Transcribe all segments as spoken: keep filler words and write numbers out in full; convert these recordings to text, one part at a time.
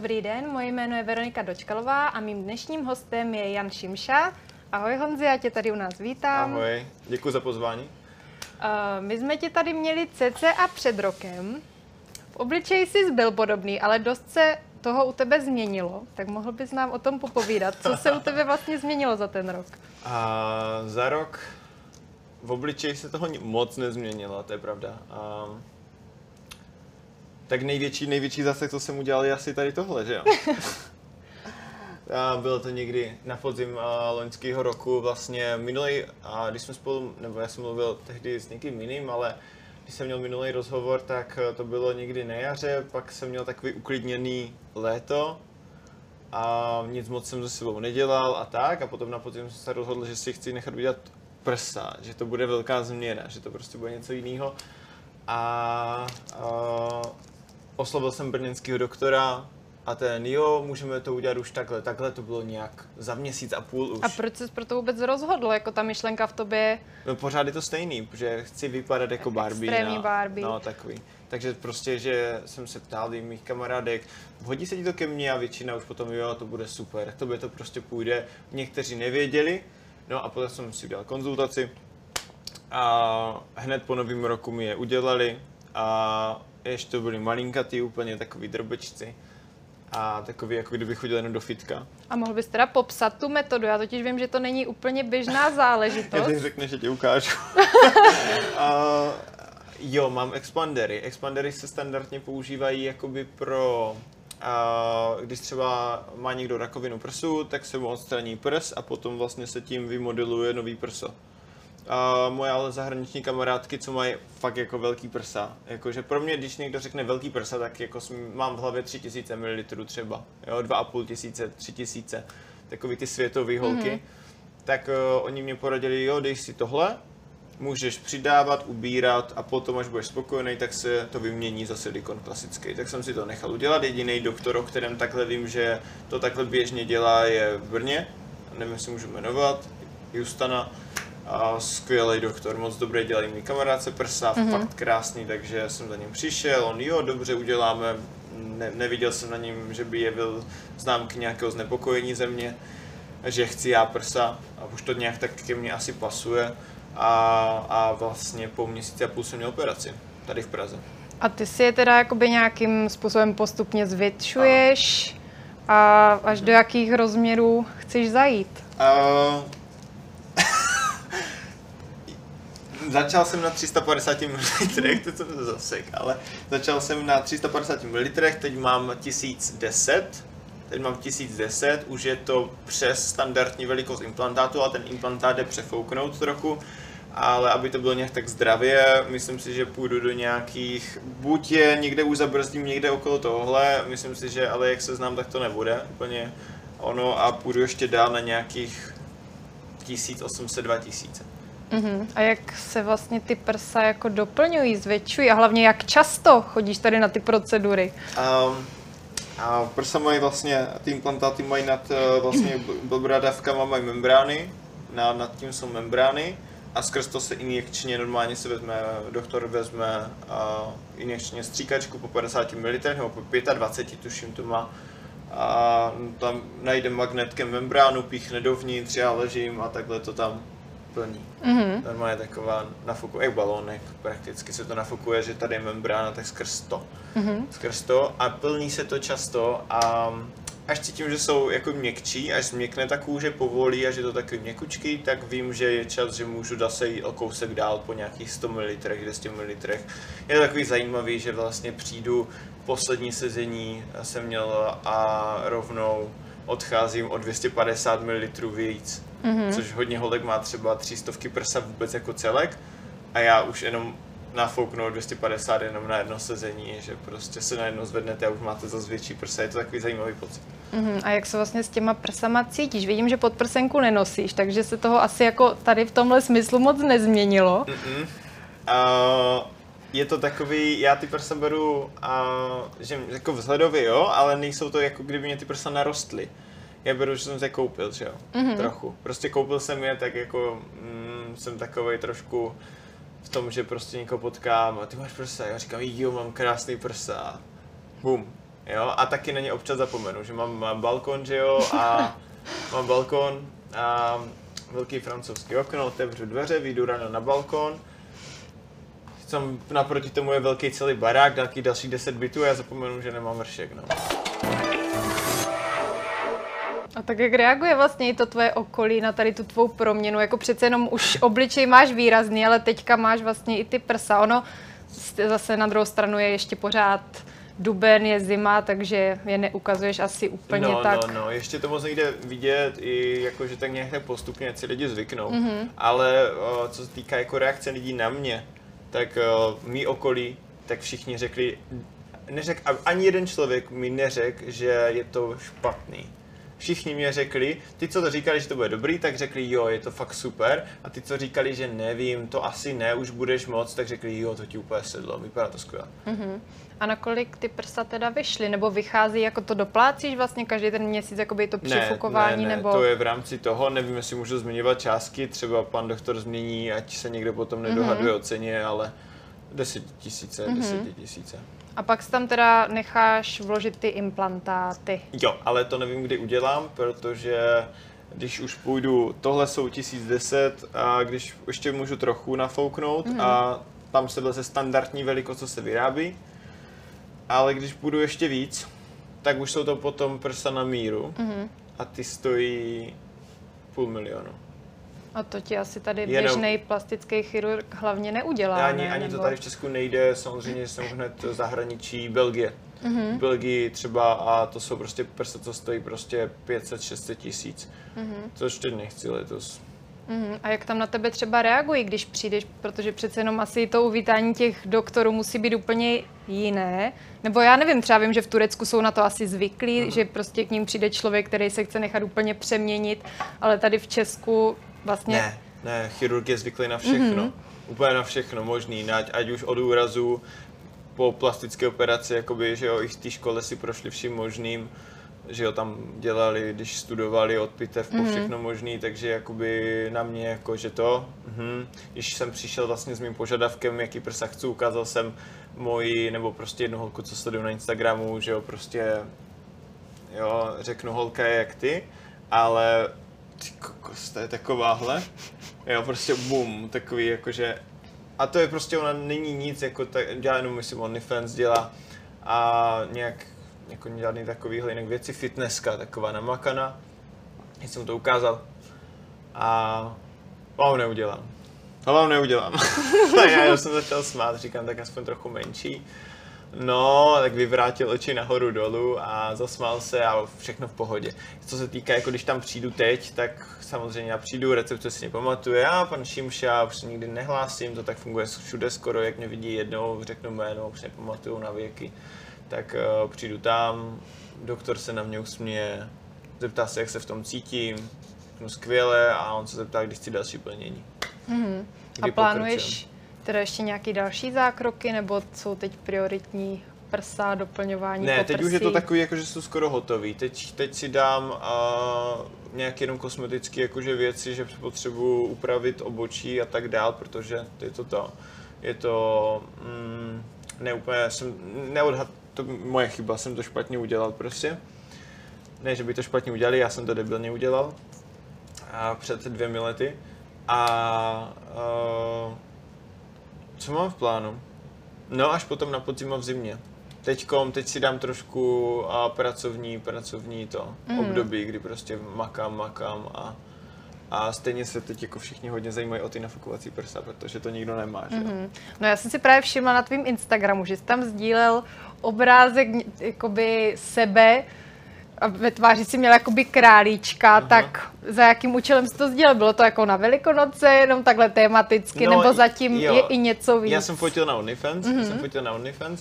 Dobrý den, moje jméno je Veronika Dočkalová a mým dnešním hostem je Jan Šimša. Ahoj Honzi, já tě tady u nás vítám. Ahoj, děkuji za pozvání. Uh, my jsme tě tady měli cca před rokem. V obličeji jsi byl podobný, ale dost se toho u tebe změnilo. Tak mohl bys nám o tom popovídat, co se u tebe vlastně změnilo za ten rok? A za rok v obličeji se toho moc nezměnilo, to je pravda. A tak největší, největší zasah, co jsem udělal, je asi tady tohle, že jo? A bylo to někdy na podzim loňského roku, vlastně minulý, a když jsme spolu, nebo já jsem mluvil tehdy s někým jiným, ale když jsem měl minulý rozhovor, tak to bylo někdy na jaře, pak jsem měl takový uklidněný léto a nic moc jsem se sebou nedělal a tak, a potom na podzim jsem se rozhodl, že si chci nechat udělat prsa, že to bude velká změna, že to prostě bude něco jiného. A, a oslovil jsem brněnského doktora a ten, jo, můžeme to udělat už takhle, takhle to bylo nějak za měsíc a půl už. A proč jsi pro to vůbec rozhodl, jako ta myšlenka v tobě? No pořád je to stejný, protože chci vypadat jako Barbie. Extrémní no, Barbie. No, takový. Takže prostě, že jsem se ptal i mých kamarádek, hodí se ti to ke mně a většina už potom, jo, to bude super, tak tobě to prostě půjde. Někteří nevěděli, no a potom jsem si udělal konzultaci a hned po novém roku mi je udělali a ještě to byli malinkatý, úplně takový drobečci. A takový, jako kdyby chodil jenom do fitka. A mohl bys teda popsat tu metodu? Já totiž vím, že to není úplně běžná záležitost. Já řekne, že ti ukážu. a, jo, mám expandery. Expandery se standardně používají jakoby pro, a, když třeba má někdo rakovinu prsu, tak se mu odstraní prs a potom vlastně se tím vymodeluje nový prso. A moje ale zahraniční kamarádky, co mají fakt jako velký prsa. Jakože pro mě, když někdo řekne velký prsa, tak jako mám v hlavě tři tisíce mililitrů třeba, jo, dva a půl tisíce, tři tisíce, takový ty světový holky. Mm-hmm. Tak uh, oni mě poradili, jo, dej si tohle, můžeš přidávat, ubírat a potom, až budeš spokojený, tak se to vymění za silikon klasický. Tak jsem si to nechal udělat. Jediný doktor, o kterém takhle vím, že to takhle běžně dělá, je v Brně, nevím, jestli můžu jmenovat, Justana. A skvělý doktor, moc dobrý, dělají mi kamarádce prsa, mm-hmm. fakt krásný, takže jsem za ním přišel, on jo, dobře, uděláme, ne, neviděl jsem na něm, že by jevil známky nějakého znepokojení ze mě, že chci já prsa a už to nějak tak ke mně asi pasuje a, a vlastně po měsíci a půl jsem měl operaci, tady v Praze. A ty si je teda jakoby nějakým způsobem postupně zvětšuješ a až do jakých rozměrů chceš zajít? Uh, Začal jsem na tři sta padesát mililitrů, to jsem se zasek, ale začal jsem na tři sta padesát mililitrů, teď mám tisíc deset, teď mám tisíc deset, už je to přes standardní velikost implantátu a ten implantát jde přefouknout trochu, ale aby to bylo nějak tak zdravě, myslím si, že půjdu do nějakých, buď je někde už zabrzdím někde okolo tohle, myslím si, že ale jak se znám, tak to nebude úplně ono a půjdu ještě dál na nějakých tisíc osm set, dva tisíce. Uh-huh. A jak se vlastně ty prsa jako doplňují, zvětšují a hlavně jak často chodíš tady na ty procedury? Um, a prsa mají vlastně, ty implantáty mají nad vlastně bradavkama mají membrány, nad, nad tím jsou membrány a skrz to se injekčně normálně se vezme, doktor vezme uh, injekčně stříkačku po padesáti mililitrech nebo po dvaceti pěti, tuším to má. A tam najde magnetkem membránu, píchne dovnitř, já ležím a takhle to tam plní. Mm-hmm. Normálně taková nafukuje, jak balónek, prakticky se to nafukuje, že tady je membrána, tak skrz to. Mm-hmm. Skrz to a plní se to často a až cítím, že jsou jako měkčí, až změkne ta kůže povolí a že to takový měkučký, tak vím, že je čas, že můžu zase jít o kousek dál po nějakých sto mililitrech, dvě stě mililitrech. Je to takový zajímavý, že vlastně přijdu, poslední sezení jsem měl a rovnou odcházím o dvě stě padesát mililitrů víc, mm-hmm. což hodně holek má třeba tři stovky prsa vůbec jako celek a já už jenom nafouknu dvě stě padesát jenom na jedno sezení, že prostě se najednou zvednete a už máte zase větší prsa, je to takový zajímavý pocit. Mm-hmm. A jak se vlastně s těma prsama cítíš? Vidím, že podprsenku nenosíš, takže se toho asi jako tady v tomhle smyslu moc nezměnilo. Mm-mm. Uh, je to takový, já ty prsa beru, uh, že jako vzhledově jo, ale nejsou to jako kdyby mě ty prsa narostly. Já beru, že jsem se koupil, že jo, mm-hmm. trochu. Prostě koupil jsem je, tak jako mm, jsem takovej trošku v tom, že prostě někoho potkám a ty máš prsa, já říkám, jo, mám krásný prsa. Bum. Jo, a taky na ně občas zapomenu, že mám, mám balkon, že jo, a mám balkon a velký francouzský okno, otevřu dveře, vyjdu ráno na balkon. Tam naproti tomu je velký celý barák, nějaký další deset bytů a já zapomenu, že nemám vršek, no. A tak jak reaguje vlastně i to tvoje okolí na tady tu tvou proměnu? Jako přece jenom už obličej máš výrazný, ale teďka máš vlastně i ty prsa. Ono zase na druhou stranu je ještě pořád duben, je zima, takže je neukazuješ asi úplně no, tak. No, no, ještě to moc nejde vidět, i jako, že tak nějak tak postupně si lidi zvyknou. Mm-hmm. Ale o, co se týká jako reakce lidí na mě, tak o, mý okolí, tak všichni řekli, neřek, ani jeden člověk mi neřekl, že je to špatný. Všichni mě řekli, ty, co to říkali, že to bude dobrý, tak řekli, jo, je to fakt super. A ty, co říkali, že nevím, to asi ne, už budeš moc, tak řekli, jo, to ti úplně sedlo, vypadá to skvěle. Uh-huh. A nakolik ty prsa teda vyšly? Nebo vychází, jako to doplácíš vlastně každý ten měsíc, jakoby to přifukování? Ne, ne, nebo... to je v rámci toho, nevím, jestli můžu zmiňovat částky, třeba pan doktor změní, ať se někdo potom nedohaduje uh-huh. o ceně, ale desetitisíce, uh-huh. desetitisíce. A pak si tam teda necháš vložit ty implantáty. Jo, ale to nevím, kdy udělám, protože když už půjdu, tohle jsou tisíc deset a když ještě můžu trochu nafouknout mm. a tam se vleze standardní velikost, co se vyrábí, ale když půjdu ještě víc, tak už jsou to potom prsa na míru mm. a ty stojí půl milionu. A to ti asi tady Jenom... běžný plastický chirurg hlavně neudělá, Ani, ne? ani Nebo... to tady v Česku nejde, samozřejmě jsem hned zahraničí, Belgie. Mm-hmm. V Belgii třeba a to jsou prostě prsa, co stojí prostě pět set šest set tisíc. Mm-hmm. Což teď nechci letos. Mm-hmm. A jak tam na tebe třeba reagují, když přijdeš, protože přece jenom asi to uvítání těch doktorů musí být úplně jiné. Nebo já nevím, třeba vím, že v Turecku jsou na to asi zvyklí, mm-hmm. že prostě k ním přijde člověk, který se chce nechat úplně přeměnit, ale tady v Česku vlastně... Ne, ne, chirurg je zvyklý na všechno. Mm-hmm. Úplně na všechno možný, ať, ať už od úrazu po plastické operaci, jakoby, že jo, i v té škole si prošli vším možným, že jo, tam dělali, když studovali od pitev po všechno možný, takže jakoby na mě jako, že to, mhm. Když jsem přišel vlastně s mým požadavkem, jaký prsa chci, ukázal jsem moji, nebo prostě jednu holku, co sleduju na Instagramu, že jo, prostě, jo, řeknu holka je jak ty, ale ty kokos, to je takováhle, jo, prostě bum, takový jakože, a to je prostě, ona není nic, jako tak, dělá jenom, myslím, OnlyFans dělá a nějak, jako žádný takovýhle jinak věci, fitnesska, taková namakaná, já jsem to ukázal a vám neudělám, to vám neudělám, já jsem začal smát, říkám, tak aspoň trochu menší. No, tak vyvrátil oči nahoru dolů a zasmál se a všechno v pohodě. Co se týká, jako když tam přijdu teď, tak samozřejmě já přijdu, recepce si nepamatuje, a pan Šimša, už se nikdy nehlásím, to tak funguje všude skoro, jak mě vidí jednou, řeknu jméno, už nepamatuju na věky. Tak uh, přijdu tam, doktor se na mě usměje, zeptá se, jak se v tom cítím, no skvěle, a on se zeptá, kdy chci další plnění. Mm-hmm. A plánuješ teda ještě nějaký další zákroky, nebo jsou teď prioritní prsa, doplňování Ne, poprsí? teď už je to takový, jako, že jsou skoro hotový. Teď, teď si dám uh, nějaké jenom kosmetické jakože věci, že potřebuji upravit obočí a tak dál, protože je to to. Je to mm, ne úplně, jsem neodhad, to moje chyba, jsem to špatně udělal prostě. Ne, že by to špatně udělali, já jsem to debilně udělal a před dvěmi lety. A uh, co mám v plánu? No, až potom na podzim a v zimě. Teďkom, teď si dám trošku a pracovní, pracovní to mm. období, kdy prostě makám, makám a, a stejně se teď jako všichni hodně zajímají o ty nafukovací prsa, protože to nikdo nemá, že mm-hmm. No já jsem si právě všimla na tvým Instagramu, že jsi tam sdílel obrázek jakoby sebe a ve tváři si měl jakoby králíčka, uh-huh. Tak za jakým účelem jsi to sdílel? Bylo to jako na Velikonoce, jenom takhle tematicky, no, nebo zatím jo. Je i něco víc? Já jsem fotil na OnlyFans, mm-hmm. jsem fotil na OnlyFans,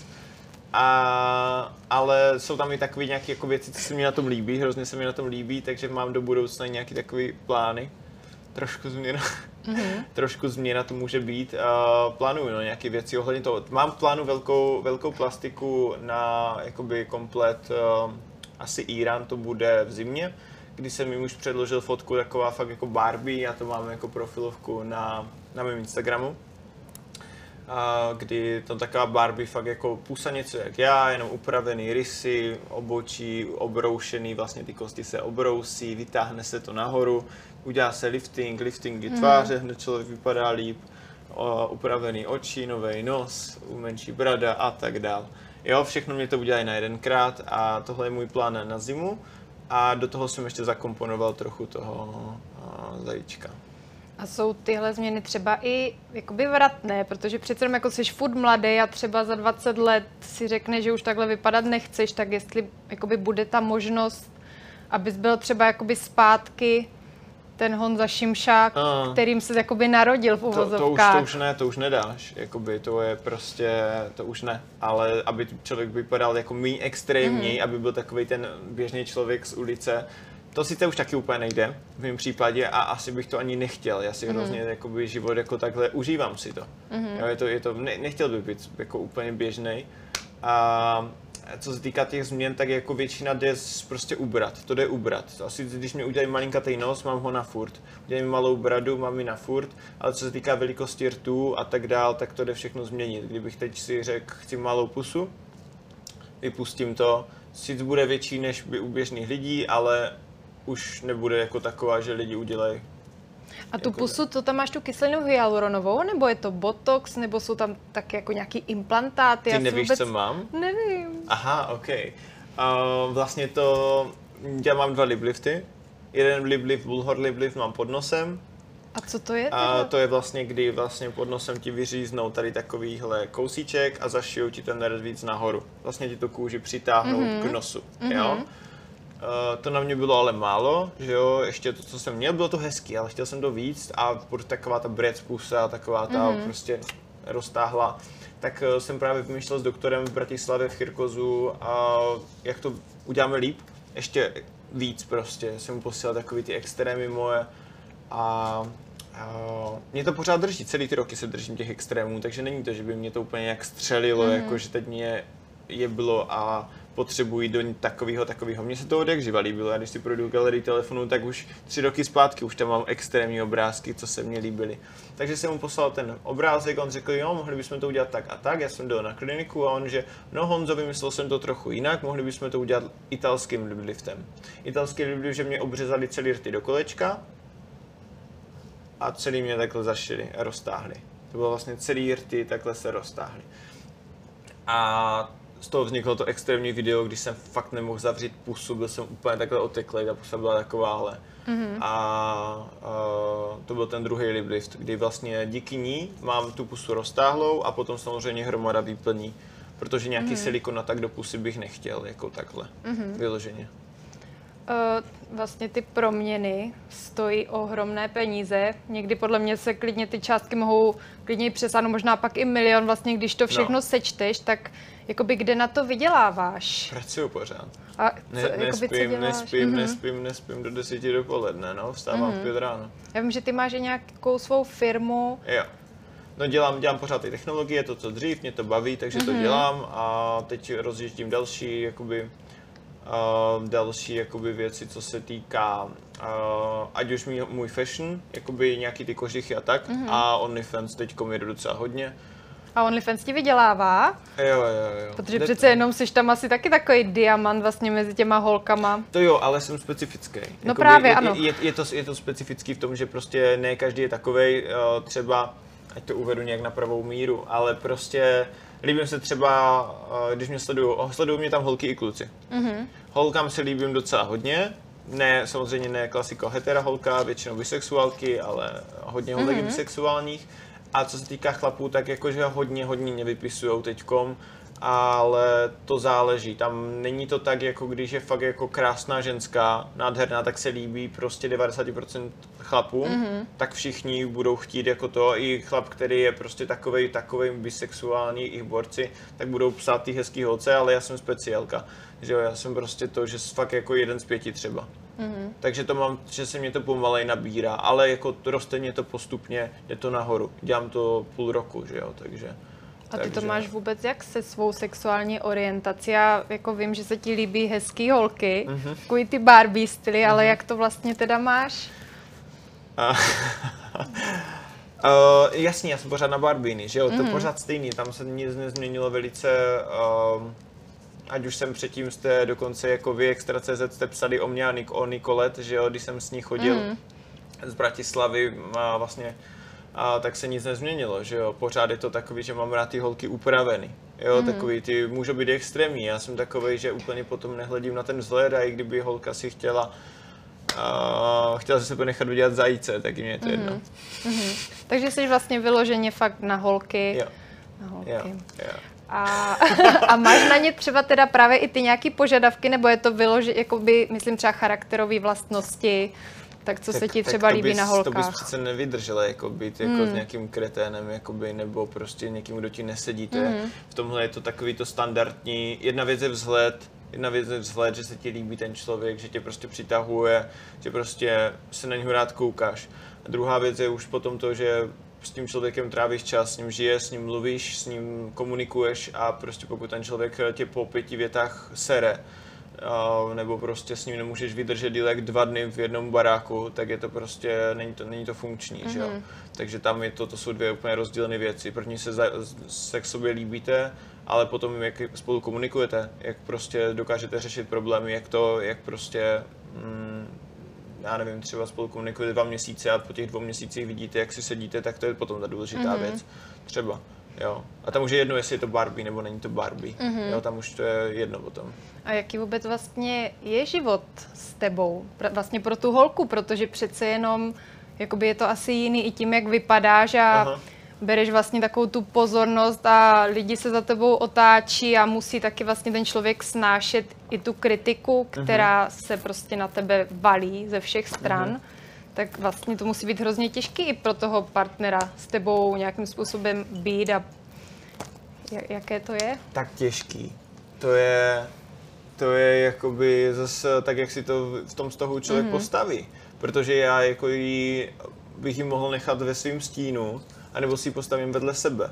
a, ale jsou tam i takové nějaké jako věci, co se mi na tom líbí, hrozně se mi na tom líbí, takže mám do budoucna nějaké takové plány. Trošku změna, mm-hmm. trošku změna to může být. Uh, plánuju no, nějaké věci ohledně toho. Mám v plánu velkou, velkou plastiku na jakoby komplet uh, asi Irán, to bude v zimě, kdy jsem jim už předložil fotku taková fakt jako Barbie, já to mám jako profilovku na, na mém Instagramu. a kdy to taková Barbie fakt jako pusa něco jak já, jenom upravený rysy, obočí, obroušený, vlastně ty kosti se obrousí, vytáhne se to nahoru, udělá se lifting, liftingy tváře, hned člověk vypadá líp, o, upravený oči, nový nos, umenší brada a tak dál. Jo, všechno mě to udělají na jedenkrát a tohle je můj plán na zimu a do toho jsem ještě zakomponoval trochu toho a, zajíčka. A jsou tyhle změny třeba i jakoby vratné, protože přece jenom jako jsi furt mladý a třeba za dvacet let si řekne, že už takhle vypadat nechceš, tak jestli jakoby bude ta možnost, abys byl třeba jakoby zpátky ten Honza Šimšák, a, kterým se jakoby narodil v uvozovkách. To, to, už, to už ne, to už nedáš, jakoby to je prostě, to už ne, ale aby člověk vypadal jako méně extrémněji, mm-hmm. aby byl takový ten běžný člověk z ulice, to sice už taky úplně nejde v mém případě a asi bych to ani nechtěl. Já si mm-hmm. hrozně jakoby, život jako takhle užívám si to. Mm-hmm. Jo, je to, je to ne, nechtěl bych být jako úplně běžnej. A co se týká těch změn, tak jako většina jde prostě ubrat. To jde ubrat. Asi když mi udělají malinkatý nos, mám ho na furt. Udělají mi malou bradu, mám ji na furt. Ale co se týká velikosti rtů a tak dál, tak to jde všechno změnit. Kdybych teď si řekl, chci malou pusu, vypustím to. Sice bude větší než by u běžných lidí, ale už nebude jako taková, že lidi udělají. A tu jako pusu, to tam máš tu kyselinu hyaluronovou, nebo je to botox, nebo jsou tam taky jako nějaký implantáty? Ty nevíš, vůbec... co mám? Nevím. Aha, ok. Uh, vlastně to, já mám dva lip lifty. Jeden lip lift, bullhorn lip lift mám pod nosem. A co to je? A to je vlastně, kdy vlastně pod nosem ti vyříznou tady takovýhle kousíček a zašijou ti ten nerv víc nahoru. Vlastně ti tu kůži přitáhnou mm-hmm. k nosu, mm-hmm. jo? Uh, to na mě bylo ale málo, že jo, ještě to, co jsem měl, bylo to hezký, ale chtěl jsem to víc a taková ta brec pusa, taková ta mm-hmm. prostě roztáhla, tak uh, jsem právě vymýšlel s doktorem v Bratislavě v Chirkozu a jak to uděláme líp, ještě víc prostě, jsem mu posílal takový ty extrémy moje a uh, mě to pořád drží, celý ty roky se držím těch extrémů, takže není to, že by mě to úplně nějak střelilo, mm-hmm. jako že teď mě je bylo a potřebují do takového, takového. Mně se to od jak živa líbilo. Já když si projdu galerii telefonu, tak už tři roky zpátky už tam mám extrémní obrázky, co se mně líbily. Takže jsem mu poslal ten obrázek, on řekl, jo, mohli bychom to udělat tak a tak. Já jsem dal na kliniku a on, že no Honzo, vymyslel jsem to trochu jinak, mohli bychom to udělat italským lip liftem. Italský lip lift, že mě obřezali celý rty do kolečka a celý mě takhle zašili a roztáhli. To bylo vlastně celý rty, takhle se roztáhli. A z toho vzniklo to extrémní video, když jsem fakt nemohl zavřít pusu, byl jsem úplně takhle oteklej, ta pusa byla takováhle. Mm-hmm. A, a to byl ten druhý lip lift, kdy vlastně díky ní mám tu pusu roztáhlou a potom samozřejmě hromada výplní, protože nějaký mm-hmm. silikon tak do pusy bych nechtěl, jako takhle, mm-hmm. vyloženě. Uh, vlastně ty proměny stojí ohromné peníze. Někdy podle mě se klidně ty částky mohou klidně přesáhnout, možná pak i milion. Vlastně, když to všechno no. sečteš, tak jakoby kde na to vyděláváš? Pracuju pořád. A co, ne, jakoby, nespím, co nespím, mm-hmm. nespím, nespím do deseti dopoledne, no, vstávám mm-hmm. v pět ráno. Já vím, že ty máš i nějakou svou firmu. Jo. No dělám, dělám pořád ty technologie, to co dřív, mě to baví, takže mm-hmm. to dělám a teď rozjíždím další, jakoby, Uh, další jakoby věci, co se týká uh, ať už můj, můj fashion, jakoby nějaký ty kožichy a tak, mm-hmm. a OnlyFans teďko mi jde docela hodně. A OnlyFans ti vydělává? Jo, jo, jo. Protože Jde... přece jenom jsi tam asi taky takový diamant vlastně mezi těma holkama. To jo, ale jsem specifický. No jakoby, právě, je, ano. Je, je, je, to, je to specifický v tom, že prostě ne každý je takovej, uh, třeba, ať to uvedu nějak na pravou míru, ale prostě líbím se třeba, když mě sledují, sledují mě tam holky i kluci. Mm-hmm. Holkám se líbím docela hodně, ne, samozřejmě ne klasiko hetera holka, většinou bisexuálky, ale hodně holek mm-hmm. bisexuálních. A co se týká chlapů, tak jakože hodně, hodně mě vypisujou teďkom, ale to záleží. Tam není to tak, jako když je fakt jako krásná ženská, nádherná, tak se líbí prostě devadesát procent chlapů, mm-hmm. tak všichni budou chtít jako to. I chlap, který je prostě takovej, takovej bisexuální, i borci, tak budou psát ty hezký holce, ale já jsem speciálka. Že jo, já jsem prostě to, že fakt jako jeden z pěti třeba. Mm-hmm. Takže to mám, že se mě to pomalej nabírá, ale jako roste mě to postupně, je to nahoru. Dělám to půl roku, že jo, takže... A ty takže... to máš vůbec jak se svou sexuální orientací? Já jako vím, že se ti líbí hezký holky, mm-hmm. takový ty Barbie styly, mm-hmm. ale jak to vlastně teda máš? Uh, jasně, já jsem pořád na Barbíny, že jo, Mhm. to pořád stejný, tam se nic nezměnilo velice, um, ať už jsem předtím jste dokonce jako vy Extra tečka cé zet jste psali o mě a Nik, o Nikolet, že jo, když jsem s ní chodil Mhm. z Bratislavy a vlastně, a tak se nic nezměnilo, že jo, pořád je to takový, že mám rád ty holky upravený, jo, Mhm. takový ty můžou být extrémní, já jsem takovej, že úplně potom nehledím na ten vzhled a i kdyby holka si chtěla Uh, chtěla se nechat udělat zajíce, tak jim je to jedno. Mhm. Takže jsi vlastně vyloženě fakt na holky. Jo, Na holky. jo, jo. A, a máš na ně třeba teda právě i ty nějaký požadavky, nebo je to vyloženě, jakoby, myslím třeba charakterové vlastnosti, tak co tak, se ti tak třeba to líbí bys, na holkách? To bys přece nevydržela, jako být jako Hmm. s nějakým kreténem, jakoby, nebo prostě někým, kdo ti nesedí. To je, Mhm. v tomhle je to takový to standardní. Jedna věc je vzhled, jedna věc je vzhled, že se ti líbí ten člověk, že tě prostě přitahuje, že prostě se na něho rád koukáš. A druhá věc je už potom to, že s tím člověkem trávíš čas, s ním žiješ, s ním mluvíš, s ním komunikuješ a prostě pokud ten člověk tě po pěti větách sere, Uh, nebo prostě s ním nemůžeš vydržet díl jak dva dny v jednom baráku, tak je to prostě, není to, není to funkční, mm-hmm. že jo. Takže tam je to, to jsou dvě úplně rozdílné věci. První se, za, se k sobě líbíte, ale potom jak spolu komunikujete, jak prostě dokážete řešit problémy, jak to, jak prostě, mm, já nevím, třeba spolu komunikujete dva měsíce a po těch dvou měsících vidíte, jak si sedíte, tak to je potom ta důležitá mm-hmm. věc. Třeba. Jo. A tam už je jedno, jestli je to Barbie nebo není to Barbie. Mm-hmm. Jo, tam už to je jedno potom. A jaký vůbec vlastně je život s tebou? Pra- Vlastně pro tu holku, protože přece jenom jakoby je to asi jiný i tím, jak vypadáš a Aha. bereš vlastně takovou tu pozornost a lidi se za tebou otáčí a musí taky vlastně ten člověk snášet i tu kritiku, která mm-hmm. se prostě na tebe valí ze všech stran. Mm-hmm. Tak vlastně to musí být hrozně těžký i pro toho partnera s tebou nějakým způsobem být a jak- jaké to je? Tak těžký. To je, to je jakoby zase tak, jak si to v tom vztahu člověk mm-hmm. postaví. Protože já jako jí, bych ji mohl nechat ve svém stínu, anebo si ji postavím vedle sebe.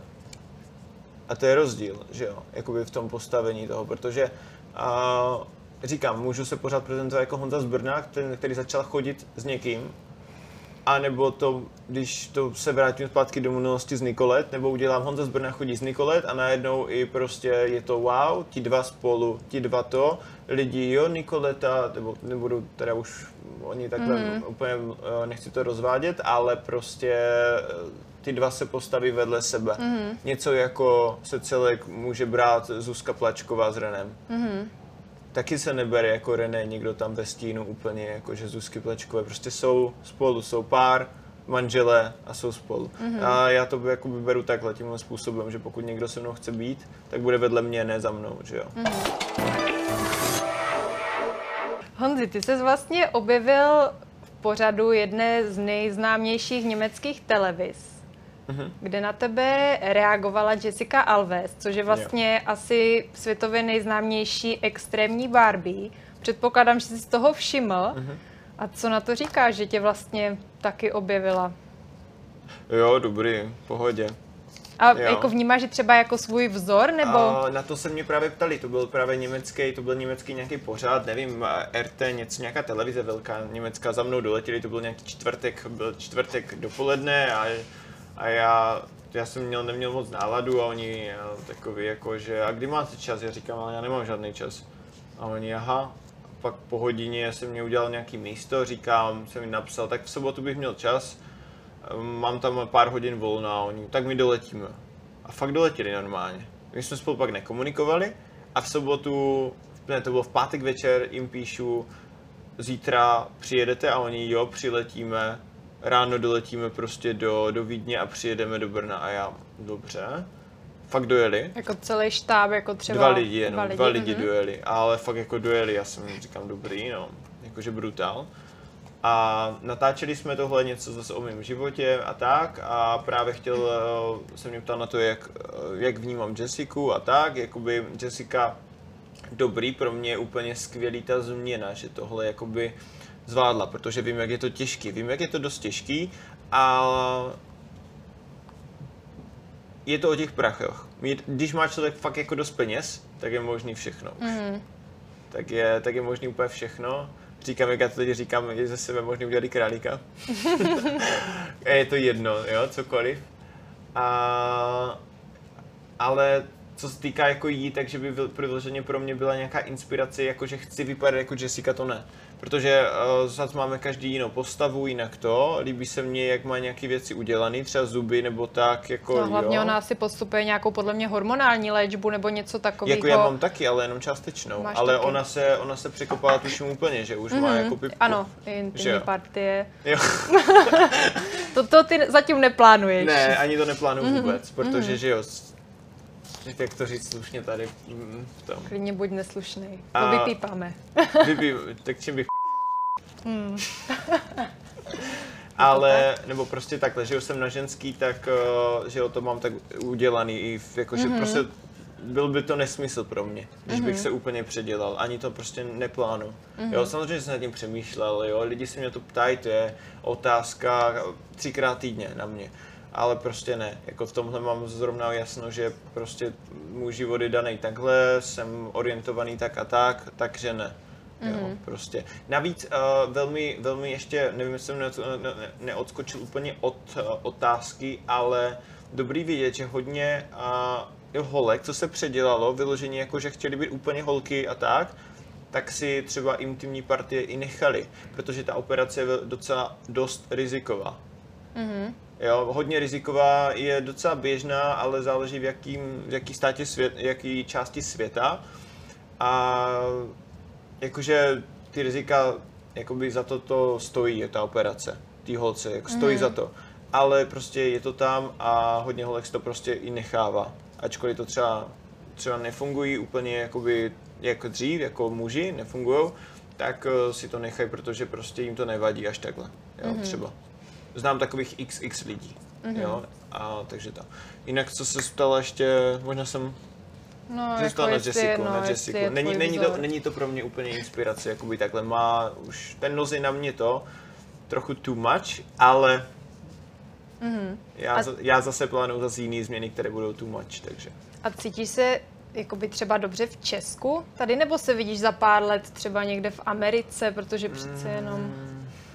A to je rozdíl, že jo, jakoby v tom postavení toho, protože a, říkám, můžu se pořád prezentovat jako Honza z Brna, ten, který začal chodit s někým, a nebo to, když to se vrátím zpátky do minulosti z Nikolet, nebo udělám Honza z Brna chodí z Nikolet a najednou i prostě je to wow, ti dva spolu, ti dva to, lidi jo, Nikoleta, nebo nebudu teda už oni takhle mm-hmm. úplně, nechci to rozvádět, ale prostě ty dva se postaví vedle sebe. Mm-hmm. Něco jako se celek může brát Zuzka Plačková s Renem. Mm-hmm. Taky se nebere jako René někdo tam ve stínu úplně, jako že Zuzky Plačkové, prostě jsou spolu, jsou pár, manželé a jsou spolu. Mm-hmm. A já to jakoby beru takhle, tímhle způsobem, že pokud někdo se mnou chce být, tak bude vedle mě, ne za mnou, že jo. Mm-hmm. Honzi, ty ses vlastně objevil v pořadu jedné z nejznámějších německých televiz, mm-hmm. kde na tebe reagovala Jessica Alves, což je vlastně jo. asi světově nejznámější extrémní Barbie. Předpokládám, že jsi z toho všiml. Mm-hmm. A co na to říkáš, že tě vlastně taky objevila? Jo, dobrý, v pohodě. A jo. jako vnímáš že třeba jako svůj vzor, nebo? A na to se mě právě ptali, to byl právě německý, to byl německý nějaký pořád, nevím, R T, něco, nějaká televize velká německá, za mnou doletěli, to byl nějaký čtvrtek, byl čtvrtek dopoledne a, a já, já jsem měl, neměl moc náladu a oni takový jako, že a kdy máte čas? Já říkám, ale já nemám žádný čas. A oni, aha, pak po hodině jsem mě udělal nějaký místo, říkám, jsem mi napsal, tak v sobotu bych měl čas, mám tam pár hodin volna a oni, tak my doletíme. A fakt doletěli normálně. My jsme spolu pak nekomunikovali a v sobotu, ne, to bylo v pátek večer, jim píšu, zítra přijedete a oni, jo, přiletíme, ráno doletíme prostě do, do Vídně a přijedeme do Brna a já, dobře. Fakt dojeli. Jako celý štáb, jako třeba Dva lidi jenom, dva lidi, dva lidi mm-hmm. dojeli, ale fakt jako dojeli, já jsem říkám dobrý, no, jakože brutál. A natáčeli jsme tohle něco zase o mém životě a tak a právě chtěl, se mě ptal na to, jak, jak vnímám Jessiku a tak, jakoby Jessica dobrý, pro mě je úplně skvělý ta změna, že tohle jakoby zvládla, protože vím, jak je to těžký, vím, jak je to dost těžký a je to o těch prachech. Když má člověk fakt jako dost peněz, tak je možný všechno už. Mm. Tak je, tak je možný úplně všechno. říkám, jak já to teď říkám, je ze sebe možný udělat i králíka. Je to jedno, jo, cokoliv. A, ale co se týká jako jí, takže by vyloženě pro mě byla nějaká inspirace, jako že chci vypadat jako Jessica, to ne. Protože uh, zase máme každý jinou postavu, jinak to, líbí se mně, jak má nějaké věci udělané, třeba zuby nebo tak, jako no, hlavně jo. ona asi postupuje nějakou podle mě hormonální léčbu nebo něco takového. Jako já mám taky, ale jenom částečnou, Máš ale taky. ona se, ona se překopala tuším úplně, že už mm-hmm. má jako pipku. Ano, intimní partie. Jo. to, to ty zatím neplánuješ. Ne, ani to neplánuju mm-hmm. vůbec, protože mm-hmm. že jo, jak to říct slušně tady v tom. Klidně buď neslušnej, to A... vypípáme. Vypí, tak čím bych hmm. Ale, nebo prostě takhle, že už jsem na ženský, tak že jo, to mám tak udělaný i jakože mm-hmm. prostě byl by to nesmysl pro mě, když mm-hmm. bych se úplně předělal, ani to prostě neplánu. Mm-hmm. Jo, samozřejmě jsem nad tím přemýšlel, jo, lidi se mě to ptají, to je otázka třikrát týdně na mě. Ale prostě ne, jako v tomhle mám zrovna jasno, že prostě můj život je daný takhle, jsem orientovaný tak a tak, takže ne. Mm-hmm. Jo, prostě. Navíc uh, velmi, velmi ještě, nevím, jestli jsem ne, ne, neodskočil úplně od uh, otázky, ale dobrý vidět, že hodně uh, holek, co se předělalo, vyloženě jako, že chtěli být úplně holky a tak, tak si třeba intimní partie i nechali, protože ta operace je docela dost riziková. Mm-hmm. Jo, hodně riziková, je docela běžná, ale záleží v jakým, v jaký státě svět, jaký části světa. A jakože ty rizika, jakoby za to to stojí, je ta operace, ty holce, jako stojí mm. za to. Ale prostě je to tam a hodně holek to prostě i nechává. Ačkoliv to třeba, třeba nefungují úplně jakoby, jako dřív, jako muži nefungujou, tak uh, si to nechají, protože prostě jim to nevadí až takhle, jo, mm. třeba. Znám takových iks iks lidí, mm-hmm. jo, a takže to. Jinak co se stalo ještě, možná jsem no, zůstal jako na Jessiku, no, na Jessiku. Není, není, to, není to pro mě úplně inspirace, jakoby takhle má už, ten nozy na mě to, trochu too much, ale mm-hmm. já, a... já zase plánuju zase jiný změny, které budou too much, takže. A cítíš se jakoby třeba dobře v Česku tady, nebo se vidíš za pár let třeba někde v Americe, protože přece jenom... Mm.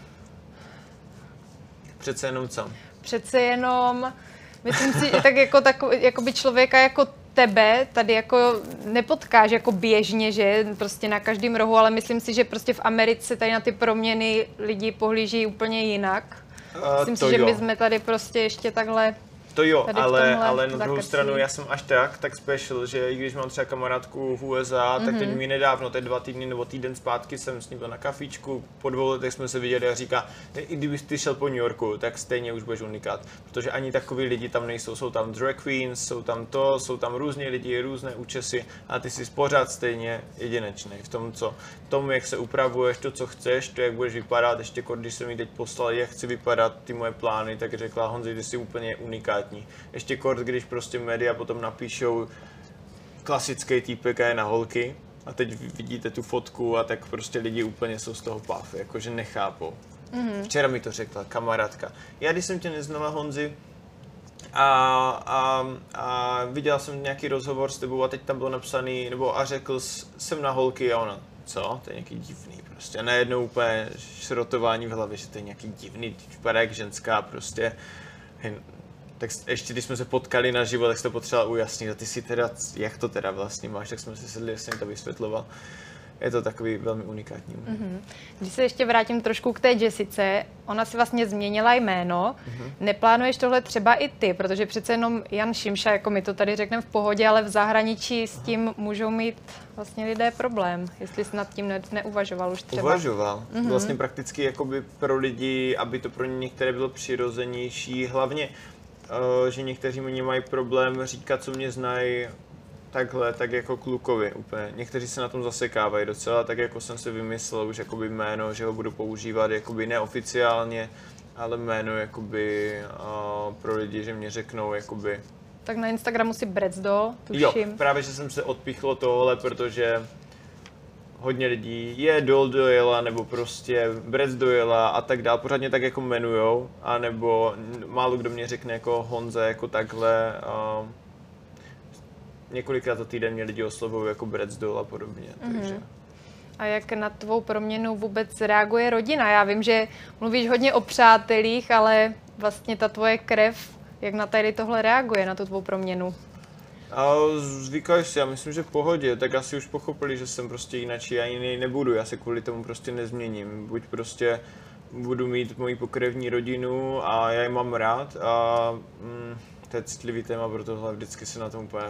Přece jenom co? Přece jenom, myslím si, tak jako takový, jakoby člověka jako tebe tady jako nepotkáš jako běžně, že prostě na každém rohu, ale myslím si, že prostě v Americe tady na ty proměny lidi pohlíží úplně jinak. Myslím uh, si, že jo. my jsme tady prostě ještě takhle... To jo, ale, ale na druhou stranu já jsem až tak, tak special, že i když mám třeba kamarádku v U S A, mm-hmm. tak teď mi nedávno, teď dva týdny nebo týden zpátky jsem s ním byl na kafíčku, po dvou letech jsme se viděli a říká, i kdybys ty šel po New Yorku, tak stejně už budeš unikát, protože ani takový lidi tam nejsou, jsou tam drag queens, jsou tam to, jsou tam různí lidi, různé účesy a ty jsi pořád stejně jedinečný v tom, co, tomu, jak se upravuješ, to, co chceš, to, jak budeš vypadat, ještě když jsem mi teď poslal, jak chci vypadat, ty moje plány, tak řekla Honzi, ty jsi úplně unikátní. Ještě kort, když prostě média potom napíšou klasický týpek a je na holky a teď vidíte tu fotku a tak prostě lidi úplně jsou z toho páv, jakože nechápou. Mm-hmm. Včera mi to řekla kamarádka. Já když jsem tě neznala, Honzi, a, a, a viděl jsem nějaký rozhovor s tebou a teď tam bylo napsaný, nebo a řekl jsem na holky a ona, co? To je nějaký divný prostě. A najednou úplně šrotování v hlavě, že to je nějaký divný, vypadá jak ženská prostě. Tak ještě když jsme se potkali naživo, tak jsi to potřeboval ujasnit a ty si teda, jak to teda vlastně máš, tak jsme si sedli, jasně to vysvětloval. Je to takový velmi unikátní. Mm-hmm. Když se ještě vrátím trošku k té Jessice, ona si vlastně změnila jméno. Mm-hmm. Neplánuješ tohle třeba i ty, protože přece jenom Jan Šimša, jako my to tady řekneme v pohodě, ale v zahraničí s tím můžou mít vlastně lidé problém, jestli jsi nad tím ne- neuvažoval už třeba. Uvažoval. Mm-hmm. Vlastně prakticky jakoby pro lidi, aby to pro ně některé bylo přirozenější, hlavně Uh, že někteří mě mají problém říkat, co mě znají takhle, tak jako klukovi úplně. Někteří se na tom zasekávají docela, tak jako jsem si vymyslel už jakoby jméno, že ho budu používat jakoby neoficiálně, ale jméno jakoby uh, pro lidi, že mě řeknou jakoby... Tak na Instagramu si Brecdo, tuším. Jo, právě, že jsem se odpíchl tohle, protože hodně lidí je Dol dojela, nebo prostě Brec dojela a tak dál, pořádně tak jako jmenujou, anebo málo kdo mě řekne jako Honza, jako takhle. Uh, několikrát za týden mě lidi oslovují jako Brec dol a podobně, mm-hmm. takže. A jak na tvou proměnu vůbec reaguje rodina? Já vím, že mluvíš hodně o přátelích, ale vlastně ta tvoje krev, jak na tady tohle reaguje, na tu tvou proměnu? A zvykáš si, já myslím, že v pohodě, tak asi už pochopili, že jsem prostě jinak, já jiný nebudu, já se kvůli tomu prostě nezměním. Buď prostě budu mít moji pokrevní rodinu a já ji mám rád a mm, to je citlivý téma, protože vždycky se na tom úplně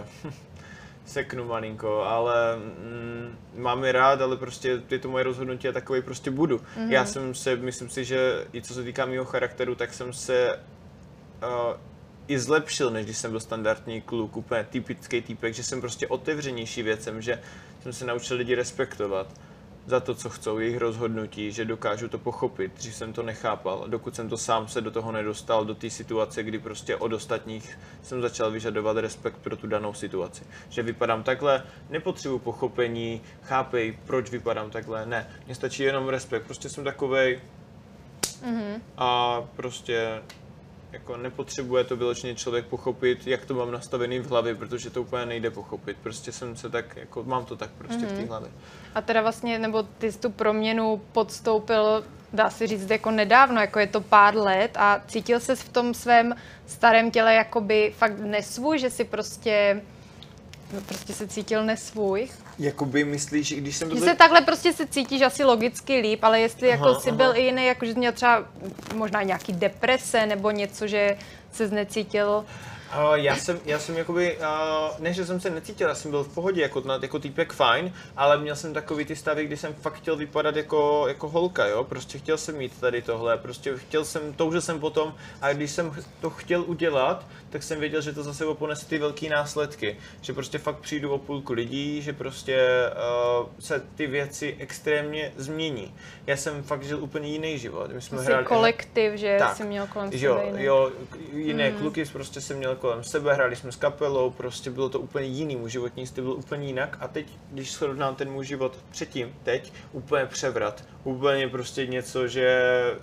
seknu malinko, ale mm, mám je rád, ale prostě je to moje rozhodnutí a takový prostě budu. Mm-hmm. Já jsem se, myslím si, že i co se týká mého charakteru, tak jsem se uh, i zlepšil, než když jsem byl standardní kluk, úplně typický týpek, že jsem prostě otevřenější věcem, že jsem se naučil lidi respektovat za to, co chcou, jejich rozhodnutí, že dokážu to pochopit, dřív jsem to nechápal, dokud jsem to sám se do toho nedostal, do té situace, kdy prostě od ostatních jsem začal vyžadovat respekt pro tu danou situaci. Že vypadám takhle, nepotřebuji pochopení, chápej, proč vypadám takhle, ne, mně stačí jenom respekt, prostě jsem takovej mm-hmm. a prostě jako nepotřebuje to vyloženě člověk pochopit, jak to mám nastavený v hlavě, protože to úplně nejde pochopit. Prostě jsem se tak, jako mám to tak prostě mm-hmm. v té hlavě. A teda vlastně, nebo ty jsi tu proměnu podstoupil, dá se říct, jako nedávno, jako je to pár let a cítil ses v tom svém starém těle jakoby fakt nesvůj, že si prostě, no prostě se cítil nesvůj? Jakoby myslíš, když jsem... Když se takhle prostě se cítíš asi logicky líp, ale jestli aha, jako jsi aha. byl i jiný, jako že jsi měl třeba možná nějaký deprese nebo něco, že ses necítil... Uh, já jsem, já jsem jakoby, uh, ne, že jsem se necítil, já jsem byl v pohodě, jako, jako týpek fajn, ale měl jsem takový ty stavy, kdy jsem fakt chtěl vypadat jako, jako holka, jo, prostě chtěl jsem mít tady tohle, prostě chtěl jsem, toužil jsem potom a když jsem to chtěl udělat, tak jsem věděl, že to za sebou ponese ty velký následky, že prostě fakt přijdu o půlku lidí, že prostě uh, se ty věci extrémně změní. Já jsem fakt žil úplně jiný život. My jsme Jsi hráli kolektiv, že tak, jsi měl kolem sebe jo, jiný. jo, jiné mm. kluky prostě jsem měl kolem sebe, hráli jsme s kapelou, prostě bylo to úplně jiný, můj životní styl byl úplně jinak a teď, když srovnám ten můj život předtím, teď, úplně převrat, úplně prostě něco, že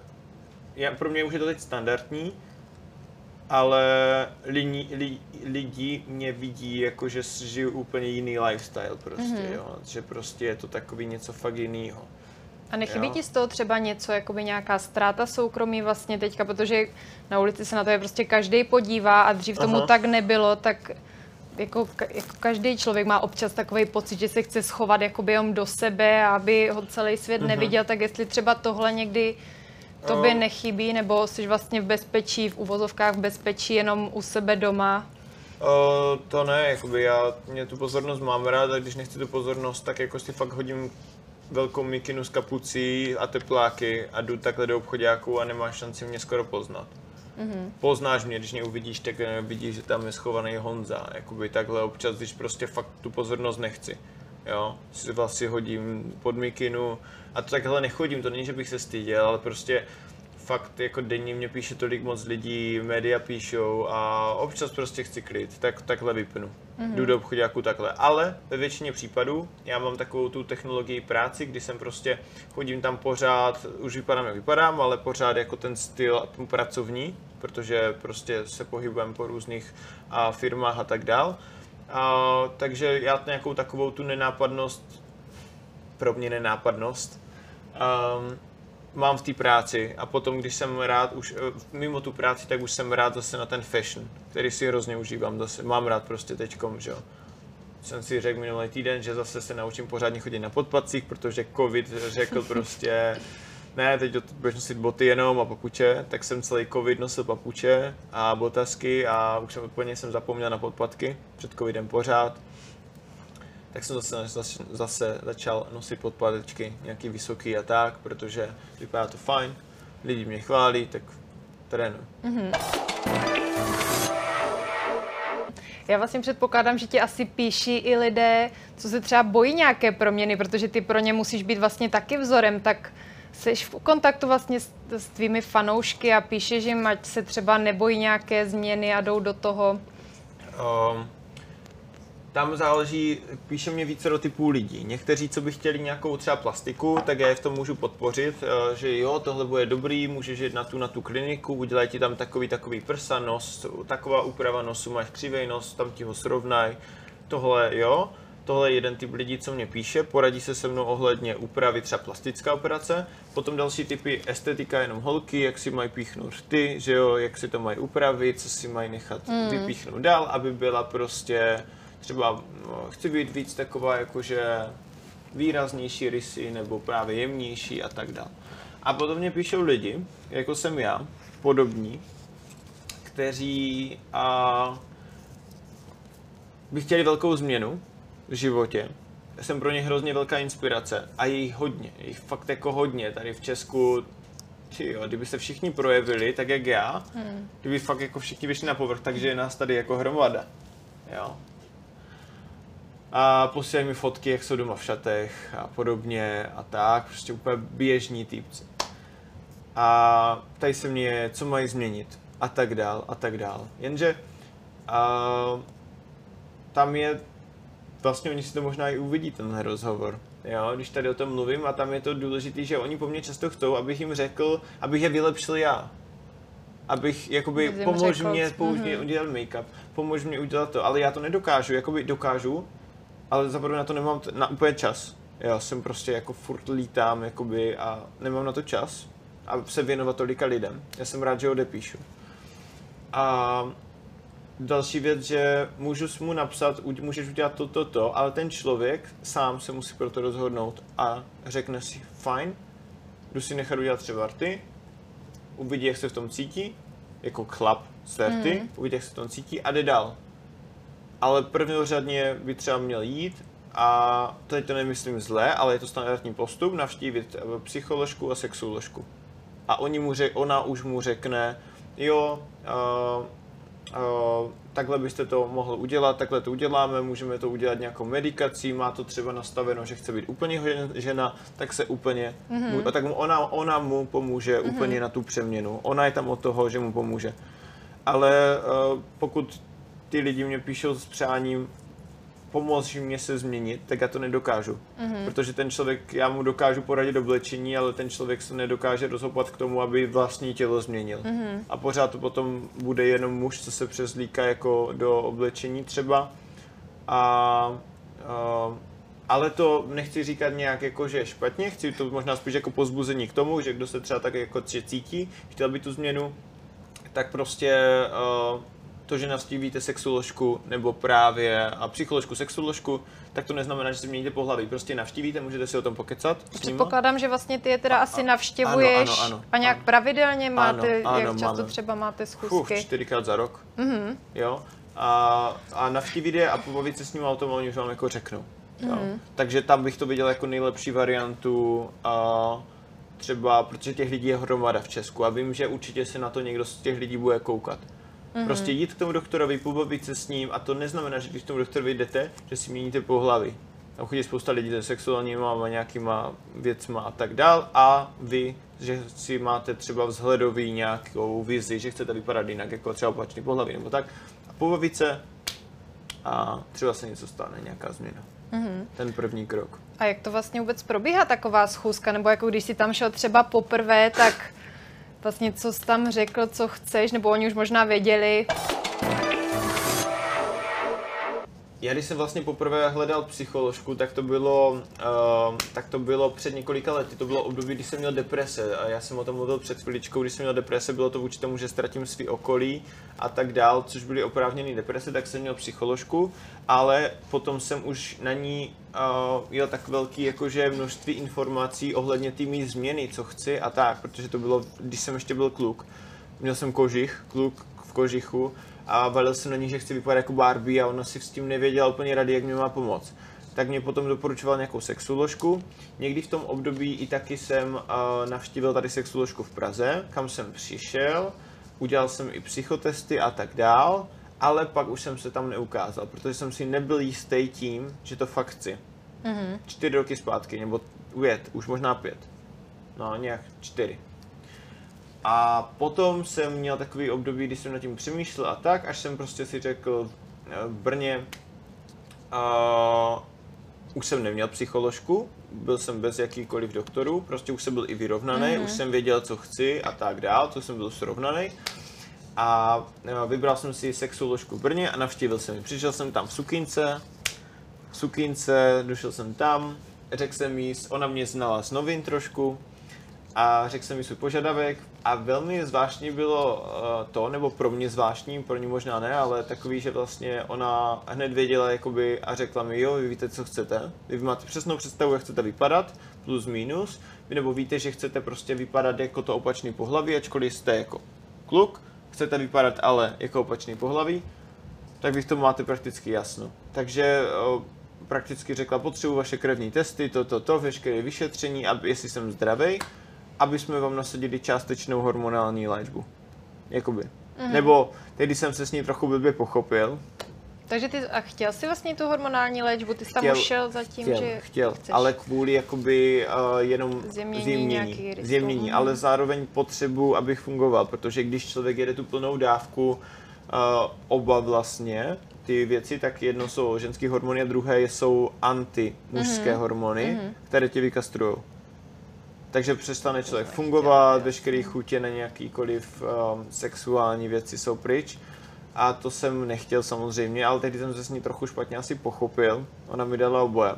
já, pro mě už je to teď standardní, ale lidi, li, lidi mě vidí jako, že žiju úplně jiný lifestyle prostě, mm-hmm. jo, že prostě je to takový něco fakt jinýho. A nechybí jo. ti z toho třeba něco, jakoby nějaká ztráta soukromí vlastně teďka, protože na ulici se na to je prostě každý podívá a dřív tomu aha. tak nebylo, tak jako, jako každý člověk má občas takový pocit, že se chce schovat jakoby jenom do sebe, aby ho celý svět aha. neviděl, tak jestli třeba tohle někdy tobě uh. nechybí, nebo jsi vlastně v bezpečí, v uvozovkách v bezpečí jenom u sebe doma? Uh, to ne, jakoby já mě tu pozornost mám rád a když nechci tu pozornost, tak jako si fakt hodím velkou mikinu s kapucí a tepláky a jdu takhle do obchoďáku a nemáš šanci mě skoro poznat. Mm-hmm. Poznáš mě, když mě uvidíš, tak vidíš, že tam je schovaný Honza. Jakoby takhle občas, když prostě fakt tu pozornost nechci. Jo, si vlastně hodím pod mikinu a to takhle nechodím, to není, že bych se styděl, ale prostě fakt jako denně mě píše tolik moc lidí, média píšou a občas prostě chci klid, tak takhle vypnu. Mm-hmm. Jdu do obchoďáku takhle, ale ve většině případů já mám takovou tu technologii práci, kdy jsem prostě chodím tam pořád, už vypadám jak vypadám, ale pořád jako ten styl pracovní, protože prostě se pohybujeme po různých a, firmách a tak dál. A, takže já nějakou takovou tu nenápadnost, pro mě nenápadnost, um, mám v té práci a potom, když jsem rád už mimo tu práci, tak už jsem rád zase na ten fashion, který si hrozně užívám zase, mám rád prostě teďkom, že jo. Jsem si řekl minulý týden, že zase se naučím pořádně chodit na podpatcích, protože covid řekl prostě, ne, teď budeš nosit boty jenom a papuče, tak jsem celý covid nosil papuče a botasky a už jsem úplně jsem zapomněl na podpatky, před covidem pořád. Tak jsem zase, zase, zase začal nosit podpatečky, nějaký vysoký a tak, protože vypadá to fajn, lidi mě chválí, tak trénuji. Mm-hmm. Já vlastně předpokládám, že ti asi píší i lidé, co se třeba bojí nějaké proměny, protože ty pro ně musíš být vlastně taky vzorem, tak jsi v kontaktu vlastně s, s tvými fanoušky a píšeš jim, ať se třeba nebojí nějaké změny a jdou do toho? Um. Tam záleží, píše mě více do typů lidí. Někteří, co by chtěli nějakou třeba plastiku, tak já je v tom můžu podpořit, že jo, tohle bude dobrý, můžeš jít na tu, na tu kliniku, udělají ti tam takový, takový prsa, nos, taková úprava nosu, máš křivej nos, tam ti ho srovnaj, tohle jo. tohle je jeden typ lidí, co mě píše, poradí se se mnou ohledně úpravy, třeba plastická operace, potom další typy estetika, jenom holky, jak si mají píchnout ty, že jo, jak si to mají upravit, co si mají nechat mm. vypíchnout dál, aby byla prostě třeba, no, chci být víc taková jakože výraznější rysy, nebo právě jemnější a tak dále. A potom mě píšou lidi, jako jsem já, podobní, kteří a, by chtěli velkou změnu v životě. Já jsem pro ně hrozně velká inspirace a je jich hodně, je jich fakt jako hodně tady v Česku. Jo, kdyby se všichni projevili tak jak já, hmm. kdyby fakt jako všichni vyšli na povrch, takže je nás tady jako hromada. Jo. A posílají mi fotky, jak jsou doma v šatech a podobně a tak, prostě úplně běžní týpci. A tady se mě, co mají změnit a tak dál a tak dál. Jenže a, tam je, vlastně oni si to možná i uvidí tenhle rozhovor, jo, když tady o tom mluvím a tam je to důležité, že oni po mně často chcou, abych jim řekl, abych je vylepšil já. Abych, jakoby, pomož mě, pomož mě udělat make-up, pomož mě udělat to, ale já to nedokážu, jakoby dokážu, ale zaprvé na to nemám t- na úplně čas. Já jsem prostě jako furt lítám, jakoby, a nemám na to čas a se věnovat tolika lidem. Já jsem rád, že odepíšu. A další věc, že můžu mu napsat, můžeš udělat to, to, to, ale ten člověk sám se musí pro to rozhodnout a řekne si, fajn, jdu si nechat udělat třeba rty, uvidí, jak se v tom cítí, jako chlap z rty, mm. uvidí, jak se v tom cítí a jde dál. Ale prvořadně by třeba měl jít, a teď to nemyslím zle, ale je to standardní postup, navštívit psycholožku a sexuoložku. A oni mu řek, ona už mu řekne, jo, uh, uh, takhle byste to mohl udělat, takhle to uděláme, můžeme to udělat nějakou medikací, má to třeba nastaveno, že chce být úplně žena, tak se úplně, mm-hmm. tak mu ona, ona mu pomůže mm-hmm. úplně na tu přeměnu. Ona je tam od toho, že mu pomůže. Ale uh, pokud ty lidi mě píšou s přáním, pomoct mě se změnit, tak já to nedokážu. Mm-hmm. Protože ten člověk, já mu dokážu poradit oblečení, ale ten člověk se nedokáže rozhoupat k tomu, aby vlastní tělo změnil. Mm-hmm. A pořád to potom bude jenom muž, co se přezlíká jako do oblečení třeba. A, a, ale to nechci říkat nějak jako, že je špatně, chci to možná spíš jako pozbuzení k tomu, že kdo se třeba tak jako cítí, chtěl by tu změnu, tak prostě uh, to, že navštívíte sexuoložku nebo právě a psycholožku, sexuoložku, tak to neznamená, že si měníte pohlaví. Prostě navštívíte, můžete si o tom pokecat. Předpokládám, že vlastně ty je teda a, asi navštěvuješ ano, ano, ano, a nějak ano. pravidelně máte, ano, ano, jak často máme. Třeba máte schůzky? Uf, čtyřikrát za rok. Mm-hmm. Jo. A, a navštívit je a pobavit se s ním o tom, oni už vám jako řeknou. Jo. Mm-hmm. Takže tam bych to viděl jako nejlepší variantu. A třeba, protože těch lidí je hromada v Česku a vím, že určitě se na to někdo z těch lidí bude koukat. Mm-hmm. Prostě jít k tomu doktorovi, pobavit se s ním a to neznamená, že když k tomu doktorovi jdete, že si měníte pohlaví. Tam chodí spousta lidí se sexuálníma a nějakýma věcma a tak dál a vy, že si máte třeba vzhledový nějakou vizi, že chcete vypadat jinak, jako třeba opačný pohlaví nebo tak. A pobavit se a třeba se něco stane, nějaká změna. Mm-hmm. Ten první krok. A jak to vlastně vůbec probíhá taková schůzka, nebo jako když jsi tam šel třeba poprvé, tak vlastně co jsi tam řekl, co chceš, nebo oni už možná věděli? Já když jsem vlastně poprvé hledal psycholožku, tak to bylo, uh, tak to bylo před několika lety, to bylo období, kdy jsem měl deprese a já jsem o tom mluvil před chviličkou, když jsem měl deprese, bylo to vůči tomu, že ztratím svý okolí a tak dál, což byly oprávněné deprese, tak jsem měl psycholožku, ale potom jsem už na ní uh, jel tak velký jakože množství informací ohledně té mý změny, co chci a tak, protože to bylo, když jsem ještě byl kluk, měl jsem kožich, kluk v kožichu, a valil jsem na ní, že chci vypadat jako Barbie a ona si s tím nevěděla úplně rady, jak mi má pomoct. Tak mě potom doporučoval nějakou sexuoložku. Někdy v tom období i taky jsem uh, navštívil tady sexuoložku v Praze, kam jsem přišel, udělal jsem i psychotesty a tak dál, ale pak už jsem se tam neukázal, protože jsem si nebyl jistý tím, že to fakt chci. Mm-hmm. Čtyři roky zpátky, nebo pět, už možná pět. No, nějak čtyři. A potom jsem měl takový období, kdy jsem nad tím přemýšlel a tak, až jsem prostě si řekl v Brně, uh, už jsem neměl psycholožku, byl jsem bez jakýkoliv doktorů, prostě už jsem byl i vyrovnaný, mm-hmm. už jsem věděl, co chci a tak dál, co jsem byl srovnaný. A vybral jsem si sexuoložku v Brně a navštívil jsem ji. Přišel jsem tam v sukince, sukínce, došel jsem tam, řekl jsem jí, ona mě znala z novin trošku a řekl jsem jí svůj požadavek a velmi zvláštní bylo uh, to, nebo pro mě zvláštní, pro ní možná ne, ale takový, že vlastně ona hned věděla jakoby a řekla mi, jo, vy víte, co chcete, vy máte přesnou představu, jak chcete vypadat, plus minus, vy nebo víte, že chcete prostě vypadat jako to opačný pohlaví, ačkoliv jste jako kluk, chcete vypadat ale jako opačný pohlaví, tak vy v tom máte prakticky jasno. Takže uh, prakticky řekla, potřebuji vaše krevní testy, toto, to, to, veškeré vyšetření, aby, jestli jsem zdravý, aby jsme vám nasadili částečnou hormonální léčbu. Jakoby. Mm-hmm. Nebo tehdy jsem se s ní trochu blbě pochopil. Takže ty a chtěl jsi vlastně tu hormonální léčbu? Ty jsi tam Chtěl, už šel za tím, chtěl, že chtěl, chceš ale kvůli jakoby uh, jenom zjemnění, zjemnění, zjemnění ale zároveň potřebu, abych fungoval, protože když člověk jede tu plnou dávku, uh, oba vlastně, ty věci, tak jedno jsou ženské hormony a druhé jsou anti-mužské mm-hmm. hormony, mm-hmm. které tě vykastrujou. Takže přestane člověk fungovat, veškeré chutě na nějakýkoliv um, sexuální věci jsou pryč. A to jsem nechtěl samozřejmě, ale tehdy jsem se s ní trochu špatně asi pochopil. Ona mi dala oboje.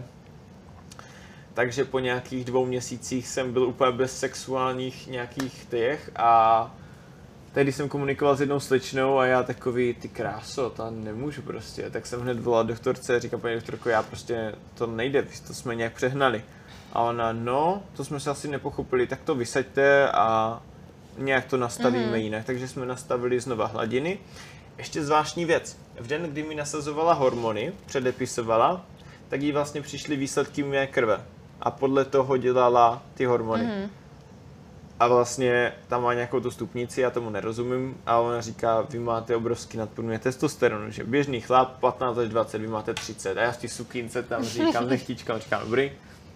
Takže po nějakých dvou měsících jsem byl úplně bez sexuálních nějakých těch a tehdy jsem komunikoval s jednou slečnou a já takový, ty kráso, to nemůžu prostě. Tak jsem hned volal doktorce a říkám, paní doktorko, já prostě, to nejde, to jsme nějak přehnali. A ona, no, to jsme se asi nepochopili, tak to vysaďte a nějak to nastavíme mm-hmm. jinak. Takže jsme nastavili znova hladiny. Ještě zvláštní věc. V den, kdy mi nasazovala hormony, předepisovala, tak jí vlastně přišly výsledky mé krve. A podle toho dělala ty hormony. Mm-hmm. A vlastně tam má nějakou tu stupnici, já tomu nerozumím. A ona říká, vy máte obrovský nadprůměr testosteronu, že běžný chlap patnáct až dvacet, vy máte třicet. A já v té sukínce tam říkám, nechtíčkám, říkám, dobrý.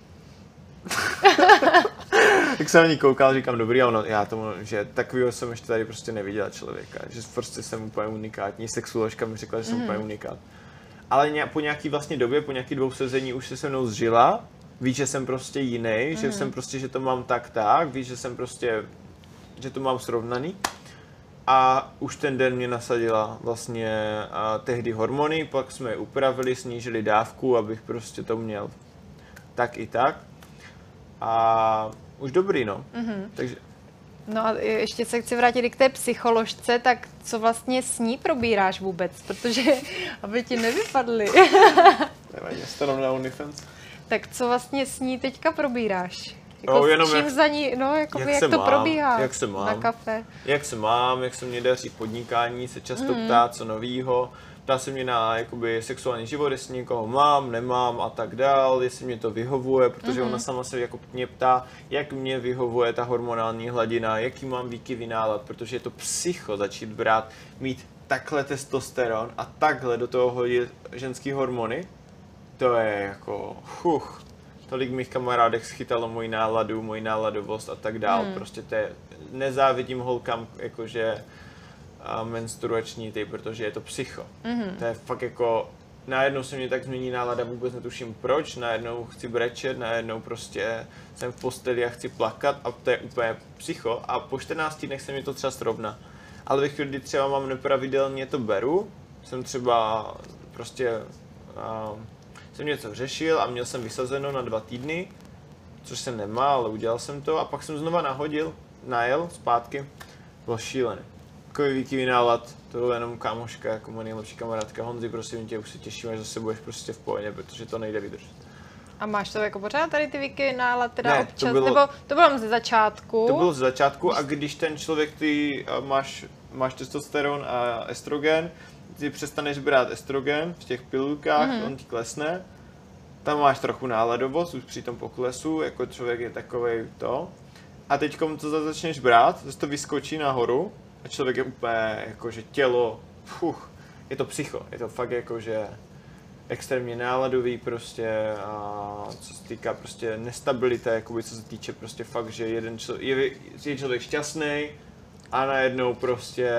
Tak jsem na ní koukal, říkám dobrý a ono, já tomu, že takovýho jsem ještě tady prostě neviděl člověka, že prostě jsem úplně unikátní, sexuoložka mi řekla, že jsem mm. úplně unikát. Ale ně, po nějaký vlastně době, po nějaký dvou sezení už se se mnou zžila, ví, že jsem prostě jiný, mm. že jsem prostě, že to mám tak tak, ví, že jsem prostě, že to mám srovnaný. A už ten den mě nasadila vlastně a, tehdy hormony, pak jsme je upravili, snížili dávku, abych prostě to měl tak i tak. A už dobrý, no. Mm-hmm. Takže... No a ještě se chci vrátit k té psycholožce, tak co vlastně s ní probíráš vůbec? Protože, aby ti nevypadly. Nevadí, starou na OnlyFans. Tak co vlastně s ní teďka probíráš? Jako no, jenom čím jak, za ní, no, jakoby, jak, jak to mám, probíhá jak se mám, na kafe? Jak se mám, jak se mě daří v podnikání, se často mm. ptá, co novýho. Ptá se mě na jakoby, sexuální život, jestli někoho mám, nemám a tak dál, jestli mě to vyhovuje, protože mm-hmm. ona sama se jako mě ptá, jak mě vyhovuje ta hormonální hladina, jaký mám výkyvy nálad, protože je to psycho začít brát, mít takhle testosteron a takhle do toho hodit ženský hormony. To je jako, fuch, tolik mých kamarádek schytalo moji náladu, moji náladovost a tak dál, mm. prostě to je, nezávidím holkám, jakože a menstruační ty, protože je to psycho. Mm-hmm. To je fakt jako, najednou se mě tak změní nálada, vůbec netuším proč, najednou chci brečet, najednou prostě jsem v posteli a chci plakat a to je úplně psycho a po čtrnácti dnech se mi to třeba srovná. Ale ve chvíli, kdy třeba mám nepravidelně to beru, jsem třeba prostě, uh, jsem něco řešil a měl jsem vysazeno na dva týdny, což jsem nemá, ale udělal jsem to a pak jsem znova nahodil, najel zpátky, bylo šílené. Takový výkyvý nálad, to byl jenom kámoška, jako moje nejlepší kamarádka Honzi, prosím tě, už se těším, až zase budeš prostě v pohodě, protože to nejde vydržet. A máš to jako pořád tady ty výkyvy nálad teda ne, občas, to bylo, nebo to bylo ze začátku? To bylo ze začátku a když ten člověk, ty máš, máš testosteron a estrogen, ty přestaneš brát estrogen v těch pilulkách, mm-hmm. on ti klesne, tam máš trochu náladovost už při tom poklesu, jako člověk je takovej to. A teď to začneš brát, zase to vyskočí nahoru a člověk je úplně jakože tělo, fuch, je to psycho, je to fakt jakože extrémně náladový prostě a co se týká prostě nestability, jakoby co se týče prostě fakt, že jeden člověk, je, je člověk šťastný a najednou prostě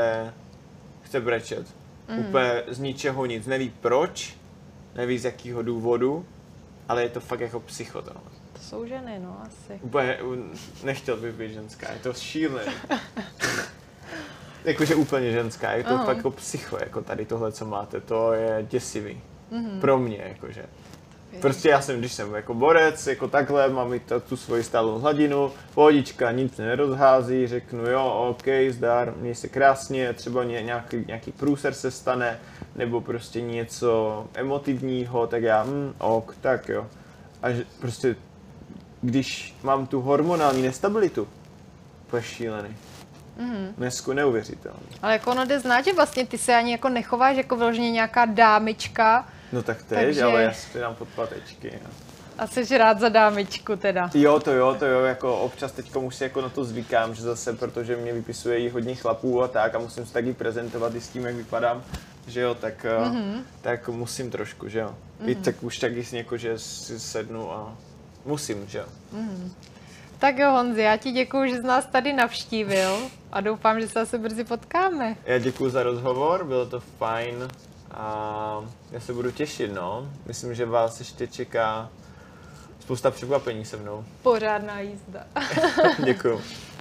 chce brečet. Mm. Úplně z ničeho nic, neví proč, neví z jakého důvodu, ale je to fakt jako psycho tohle. To jsou ženy, no asi. Úplně nechtěl bych být ženská, je to šílený. Jakože úplně ženská, je to uh-huh. fakt jako psycho, jako tady tohle, co máte, to je děsivý. Mm-hmm. Pro mě, jakože. Prostě já jsem, když jsem jako borec, jako takhle, mám mít tu svoji stálou hladinu, pohodička, nic nerozhází, řeknu jo, OK, zdar, měj se krásně, třeba nějaký, nějaký průser se stane, nebo prostě něco emotivního, tak já, hm, ok, tak jo. A že prostě, když mám tu hormonální nestabilitu, to je šílený. Mm. Dnesku neuvěřitelný. Ale jako ono jde znát, že vlastně ty se ani jako nechováš jako vyloženě nějaká dámička. No tak teď, takže... ale já si dám podpatečky. No. A jsi rád za dámičku teda. Jo, to jo, to jo, jako občas teďka už si jako na to zvykám, že zase, protože mě vypisuje jí hodně chlapů a tak a musím se taky prezentovat i s tím, jak vypadám, že jo, tak, mm-hmm. tak musím trošku, že jo. Mm-hmm. I tak už taky si jako, že si sednu a musím, že jo. Mm-hmm. Tak jo, Honzi, já ti děkuju, že jsi nás tady navštívil a doufám, že se zase brzy potkáme. Já děkuju za rozhovor, bylo to fajn a já se budu těšit, no. Myslím, že vás ještě čeká spousta překvapení se mnou. Pořádná jízda. Děkuju.